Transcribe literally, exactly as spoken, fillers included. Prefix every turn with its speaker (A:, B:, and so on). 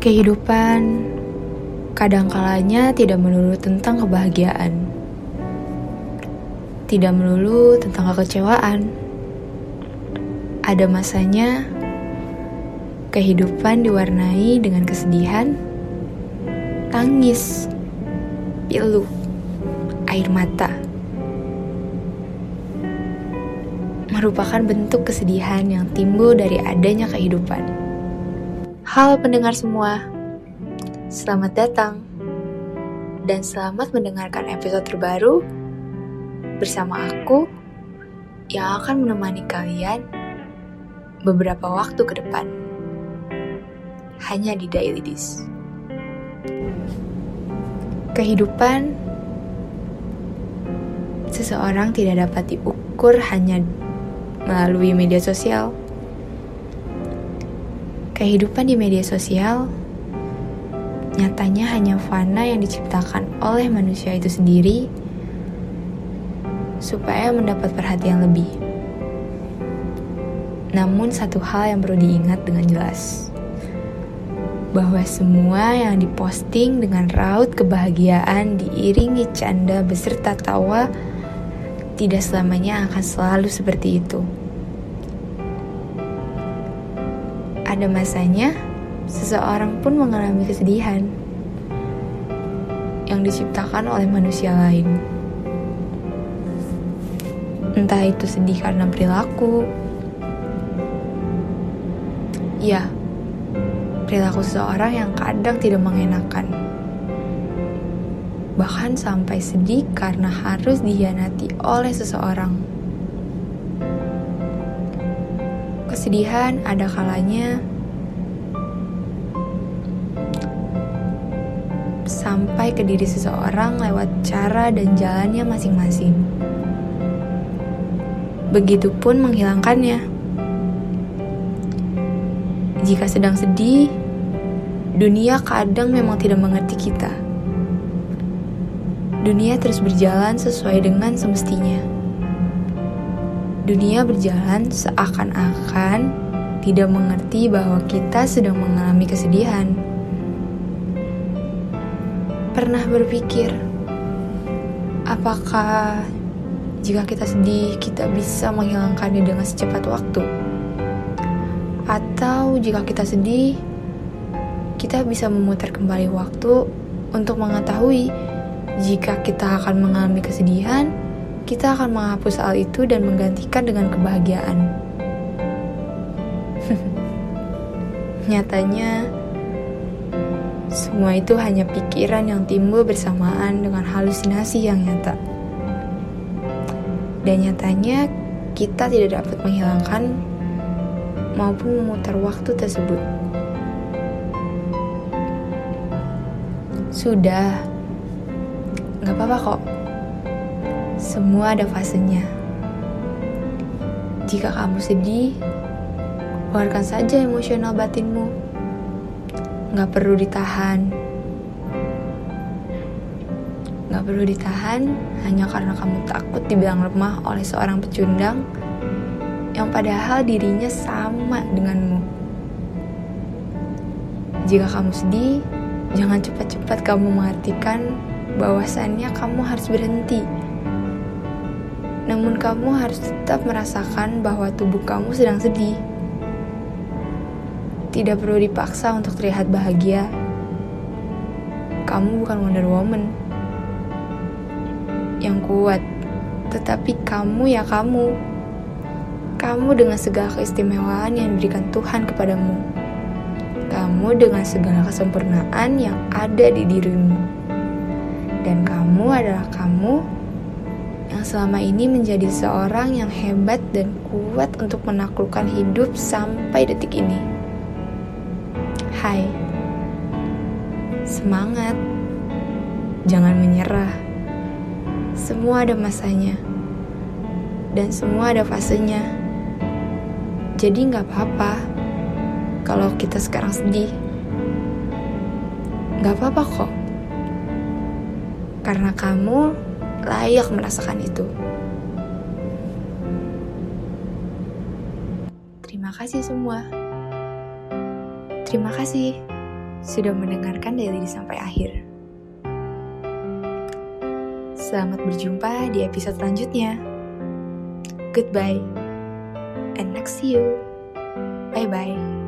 A: Kehidupan kadangkalanya tidak melulu tentang kebahagiaan, tidak melulu tentang kekecewaan. Ada masanya kehidupan diwarnai dengan kesedihan, tangis, pilu, air mata. Merupakan bentuk kesedihan yang timbul dari adanya kehidupan. Halo pendengar semua, selamat datang dan selamat mendengarkan episode terbaru bersama aku yang akan menemani kalian beberapa waktu ke depan, hanya di Daily Dis. Kehidupan seseorang tidak dapat diukur hanya melalui media sosial. Kehidupan di media sosial nyatanya hanya fana yang diciptakan oleh manusia itu sendiri supaya mendapat perhatian lebih. Namun satu hal yang perlu diingat dengan jelas, bahwa semua yang diposting dengan raut kebahagiaan diiringi canda beserta tawa tidak selamanya akan selalu seperti itu. Ada masanya seseorang pun mengalami kesedihan yang diciptakan oleh manusia lain. Entah itu sedih karena perilaku, ya, perilaku seseorang yang kadang tidak mengenakan. Bahkan sampai sedih karena harus dikhianati oleh seseorang. Kesedihan ada kalanya sampai ke diri seseorang lewat cara dan jalannya masing-masing. Begitupun menghilangkannya. Jika sedang sedih, dunia kadang memang tidak mengerti kita. Dunia terus berjalan sesuai dengan semestinya. Dunia berjalan seakan-akan tidak mengerti bahwa kita sedang mengalami kesedihan. Pernah berpikir, apakah jika kita sedih, kita bisa menghilangkannya dengan secepat waktu? Atau jika kita sedih, kita bisa memutar kembali waktu untuk mengetahui jika kita akan mengalami kesedihan, kita akan menghapus hal itu dan menggantikan dengan kebahagiaan. Nyatanya, semua itu hanya pikiran yang timbul bersamaan dengan halusinasi yang nyata. Dan nyatanya, kita tidak dapat menghilangkan maupun memutar waktu tersebut. Sudah, gak apa-apa kok. Semua ada fasenya. Jika kamu sedih, keluarkan saja emosional batinmu. Gak perlu ditahan. Gak perlu ditahan hanya karena kamu takut dibilang lemah oleh seorang pecundang yang padahal dirinya sama denganmu. Jika kamu sedih, jangan cepat-cepat kamu mengartikan bahwasannya kamu harus berhenti. Namun kamu harus tetap merasakan bahwa tubuh kamu sedang sedih. Tidak perlu dipaksa untuk terlihat bahagia. Kamu bukan Wonder Woman yang kuat, tetapi kamu ya kamu. Kamu dengan segala keistimewaan yang diberikan Tuhan kepadamu. Kamu dengan segala kesempurnaan yang ada di dirimu. Dan kamu adalah kamu yang selama ini menjadi seorang yang hebat dan kuat untuk menaklukkan hidup sampai detik ini. Hai, semangat, jangan menyerah. Semua ada masanya, dan semua ada fasenya. Jadi gak apa-apa kalau kita sekarang sedih. Gak apa-apa kok, karena kamu layak merasakan itu. Terima kasih semua. Terima kasih sudah mendengarkan Daily sampai akhir. Selamat berjumpa di episode selanjutnya. Goodbye, and next see you. Bye-bye.